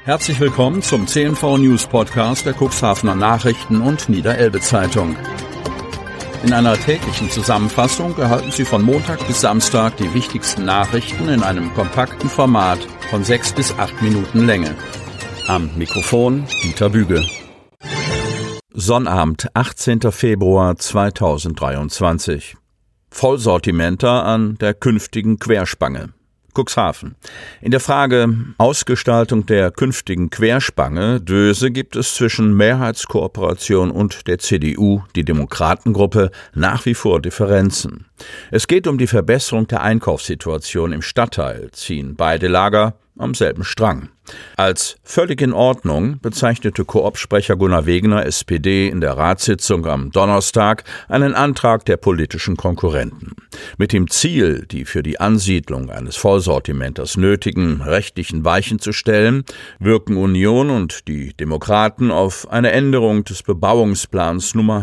Herzlich willkommen zum CNV News Podcast der Cuxhavener Nachrichten und Niederelbe Zeitung. In einer täglichen Zusammenfassung erhalten Sie von Montag bis Samstag die wichtigsten Nachrichten in einem kompakten Format von 6 bis 8 Minuten Länge. Am Mikrofon Dieter Büge. Sonnabend, 18. Februar 2023. Vollsortimenter an der künftigen Querspange. Cuxhaven. In der Frage Ausgestaltung der künftigen Querspange Döse gibt es zwischen Mehrheitskooperation und der CDU, die Demokratengruppe, nach wie vor Differenzen. Es geht um die Verbesserung der Einkaufssituation im Stadtteil, ziehen beide Lager am selben Strang. Als völlig in Ordnung bezeichnete Koop-Sprecher Gunnar Wegener, SPD, in der Ratssitzung am Donnerstag einen Antrag der politischen Konkurrenten. Mit dem Ziel, die für die Ansiedlung eines Vollsortimenters nötigen rechtlichen Weichen zu stellen, wirken Union und die Demokraten auf eine Änderung des Bebauungsplans Nummer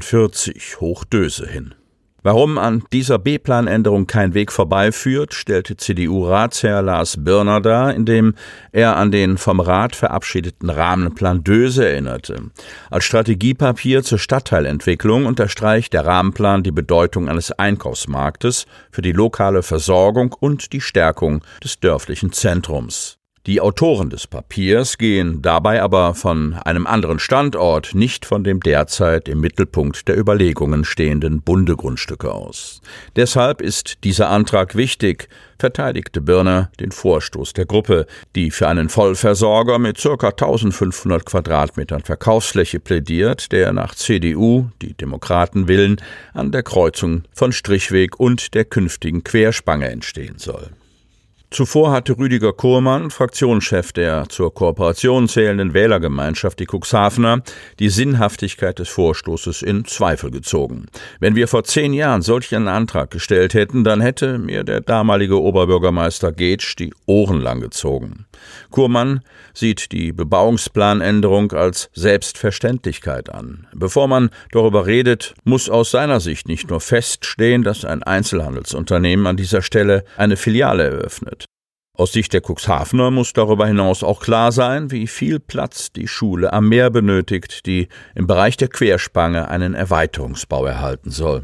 43 Hochdöse hin. Warum an dieser B-Planänderung kein Weg vorbeiführt, stellte CDU-Ratsherr Lars Birner dar, indem er an den vom Rat verabschiedeten Rahmenplan Döse erinnerte. Als Strategiepapier zur Stadtteilentwicklung unterstreicht der Rahmenplan die Bedeutung eines Einkaufsmarktes für die lokale Versorgung und die Stärkung des dörflichen Zentrums. Die Autoren des Papiers gehen dabei aber von einem anderen Standort, nicht von dem derzeit im Mittelpunkt der Überlegungen stehenden Bundegrundstücke aus. Deshalb ist dieser Antrag wichtig, verteidigte Birner den Vorstoß der Gruppe, die für einen Vollversorger mit ca. 1500 Quadratmetern Verkaufsfläche plädiert, der nach CDU, die Demokraten willen, an der Kreuzung von Strichweg und der künftigen Querspange entstehen soll. Zuvor hatte Rüdiger Kurmann, Fraktionschef der zur Kooperation zählenden Wählergemeinschaft die Cuxhavener, die Sinnhaftigkeit des Vorstoßes in Zweifel gezogen. Wenn wir vor 10 Jahren solch einen Antrag gestellt hätten, dann hätte mir der damalige Oberbürgermeister Getsch die Ohren lang gezogen. Kurmann sieht die Bebauungsplanänderung als Selbstverständlichkeit an. Bevor man darüber redet, muss aus seiner Sicht nicht nur feststehen, dass ein Einzelhandelsunternehmen an dieser Stelle eine Filiale eröffnet. Aus Sicht der Cuxhavener muss darüber hinaus auch klar sein, wie viel Platz die Schule am Meer benötigt, die im Bereich der Querspange einen Erweiterungsbau erhalten soll.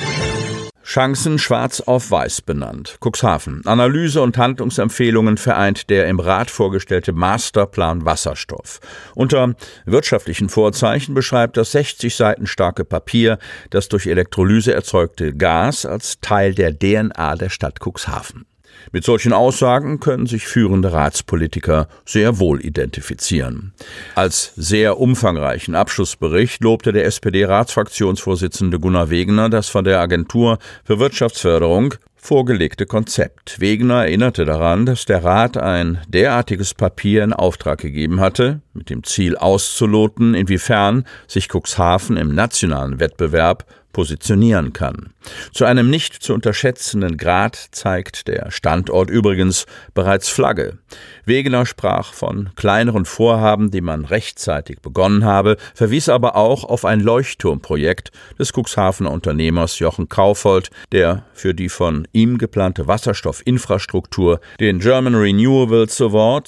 Chancen schwarz auf weiß benannt. Cuxhaven. Analyse und Handlungsempfehlungen vereint der im Rat vorgestellte Masterplan Wasserstoff. Unter wirtschaftlichen Vorzeichen beschreibt das 60 Seiten starke Papier das durch Elektrolyse erzeugte Gas als Teil der DNA der Stadt Cuxhaven. Mit solchen Aussagen können sich führende Ratspolitiker sehr wohl identifizieren. Als sehr umfangreichen Abschlussbericht lobte der SPD-Ratsfraktionsvorsitzende Gunnar Wegener das von der Agentur für Wirtschaftsförderung vorgelegte Konzept. Wegener erinnerte daran, dass der Rat ein derartiges Papier in Auftrag gegeben hatte, mit dem Ziel auszuloten, inwiefern sich Cuxhaven im nationalen Wettbewerb positionieren kann. Zu einem nicht zu unterschätzenden Grad zeigt der Standort übrigens bereits Flagge. Wegener sprach von kleineren Vorhaben, die man rechtzeitig begonnen habe, verwies aber auch auf ein Leuchtturmprojekt des Cuxhavener Unternehmers Jochen Kaufold, der für die von ihm geplante Wasserstoffinfrastruktur den German Renewables Award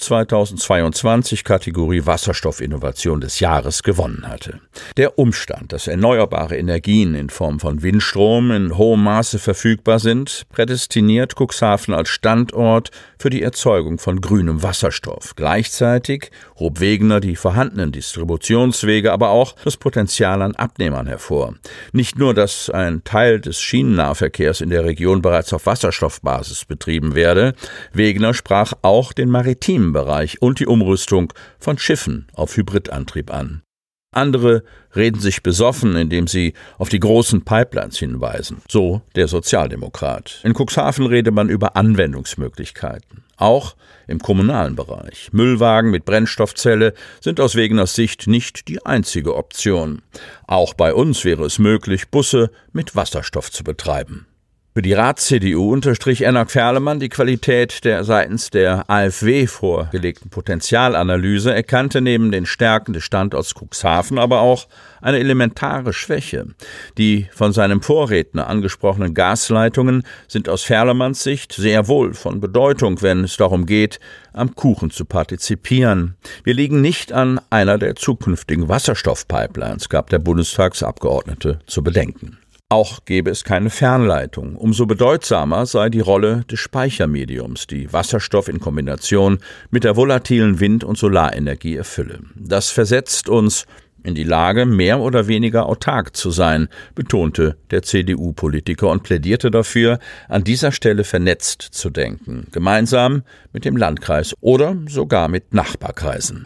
2022 Kategorie Wasserstoffinnovation des Jahres gewonnen hatte. Der Umstand, dass erneuerbare Energien in Form von Windstrom in hohem Maße verfügbar sind, prädestiniert Cuxhaven als Standort für die Erzeugung von grünem Wasserstoff. Gleichzeitig hob Wegener die vorhandenen Distributionswege, aber auch das Potenzial an Abnehmern hervor. Nicht nur, dass ein Teil des Schienennahverkehrs in der Region bereits auf Wasserstoffbasis betrieben werde, Wegener sprach auch den maritimen Bereich und die Umrüstung von Schiffen auf Hybridantrieb an. Andere reden sich besoffen, indem sie auf die großen Pipelines hinweisen, so der Sozialdemokrat. In Cuxhaven rede man über Anwendungsmöglichkeiten, auch im kommunalen Bereich. Müllwagen mit Brennstoffzelle sind aus Wegeners Sicht nicht die einzige Option. Auch bei uns wäre es möglich, Busse mit Wasserstoff zu betreiben. Für die Rats-CDU unterstrich Enak Ferlemann die Qualität der seitens der AfW vorgelegten Potenzialanalyse, erkannte neben den Stärken des Standorts Cuxhaven aber auch eine elementare Schwäche. Die von seinem Vorredner angesprochenen Gasleitungen sind aus Ferlemanns Sicht sehr wohl von Bedeutung, wenn es darum geht, am Kuchen zu partizipieren. Wir liegen nicht an einer der zukünftigen Wasserstoffpipelines, gab der Bundestagsabgeordnete zu bedenken. Auch gäbe es keine Fernleitung. Umso bedeutsamer sei die Rolle des Speichermediums, die Wasserstoff in Kombination mit der volatilen Wind- und Solarenergie erfülle. Das versetzt uns in die Lage, mehr oder weniger autark zu sein, betonte der CDU-Politiker und plädierte dafür, an dieser Stelle vernetzt zu denken, gemeinsam mit dem Landkreis oder sogar mit Nachbarkreisen.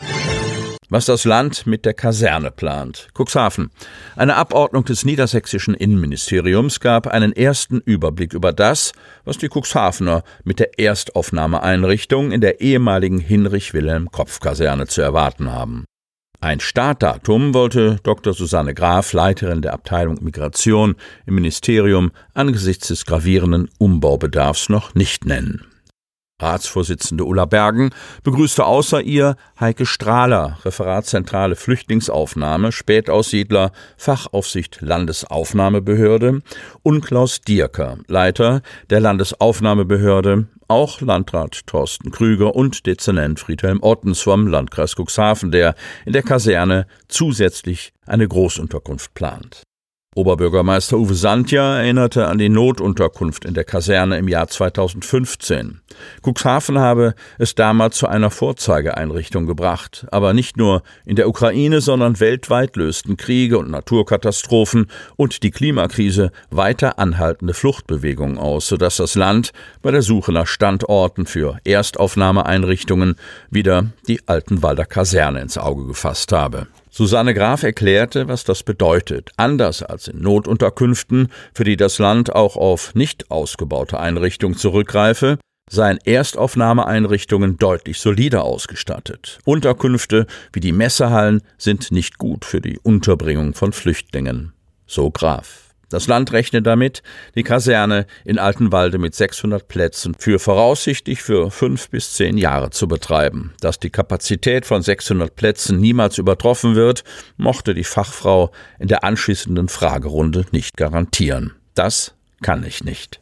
Was das Land mit der Kaserne plant. Cuxhaven. Eine Abordnung des niedersächsischen Innenministeriums gab einen ersten Überblick über das, was die Cuxhavener mit der Erstaufnahmeeinrichtung in der ehemaligen Hinrich-Wilhelm-Kopf-Kaserne zu erwarten haben. Ein Startdatum wollte Dr. Susanne Graf, Leiterin der Abteilung Migration im Ministerium, angesichts des gravierenden Umbaubedarfs noch nicht nennen. Ratsvorsitzende Ulla Bergen begrüßte außer ihr Heike Strahler, Referatszentrale Flüchtlingsaufnahme, Spätaussiedler, Fachaufsicht Landesaufnahmebehörde, und Klaus Dierker, Leiter der Landesaufnahmebehörde, auch Landrat Thorsten Krüger und Dezernent Friedhelm Ottens vom Landkreis Cuxhaven, der in der Kaserne zusätzlich eine Großunterkunft plant. Oberbürgermeister Uwe Sandja erinnerte an die Notunterkunft in der Kaserne im Jahr 2015. Cuxhaven habe es damals zu einer Vorzeigeeinrichtung gebracht. Aber nicht nur in der Ukraine, sondern weltweit lösten Kriege und Naturkatastrophen und die Klimakrise weiter anhaltende Fluchtbewegungen aus, sodass das Land bei der Suche nach Standorten für Erstaufnahmeeinrichtungen wieder die Altenwalder Kaserne ins Auge gefasst habe. Susanne Graf erklärte, was das bedeutet. Anders als in Notunterkünften, für die das Land auch auf nicht ausgebaute Einrichtungen zurückgreife, seien Erstaufnahmeeinrichtungen deutlich solider ausgestattet. Unterkünfte wie die Messehallen sind nicht gut für die Unterbringung von Flüchtlingen. So Graf. Das Land rechne damit, die Kaserne in Altenwalde mit 600 Plätzen voraussichtlich für 5 bis 10 Jahre zu betreiben. Dass die Kapazität von 600 Plätzen niemals übertroffen wird, mochte die Fachfrau in der anschließenden Fragerunde nicht garantieren. Das kann ich nicht.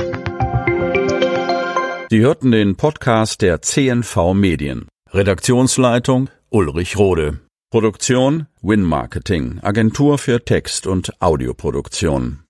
Sie hörten den Podcast der CNV Medien. Redaktionsleitung Ulrich Rode. Produktion Win Marketing, Agentur für Text- und Audioproduktion.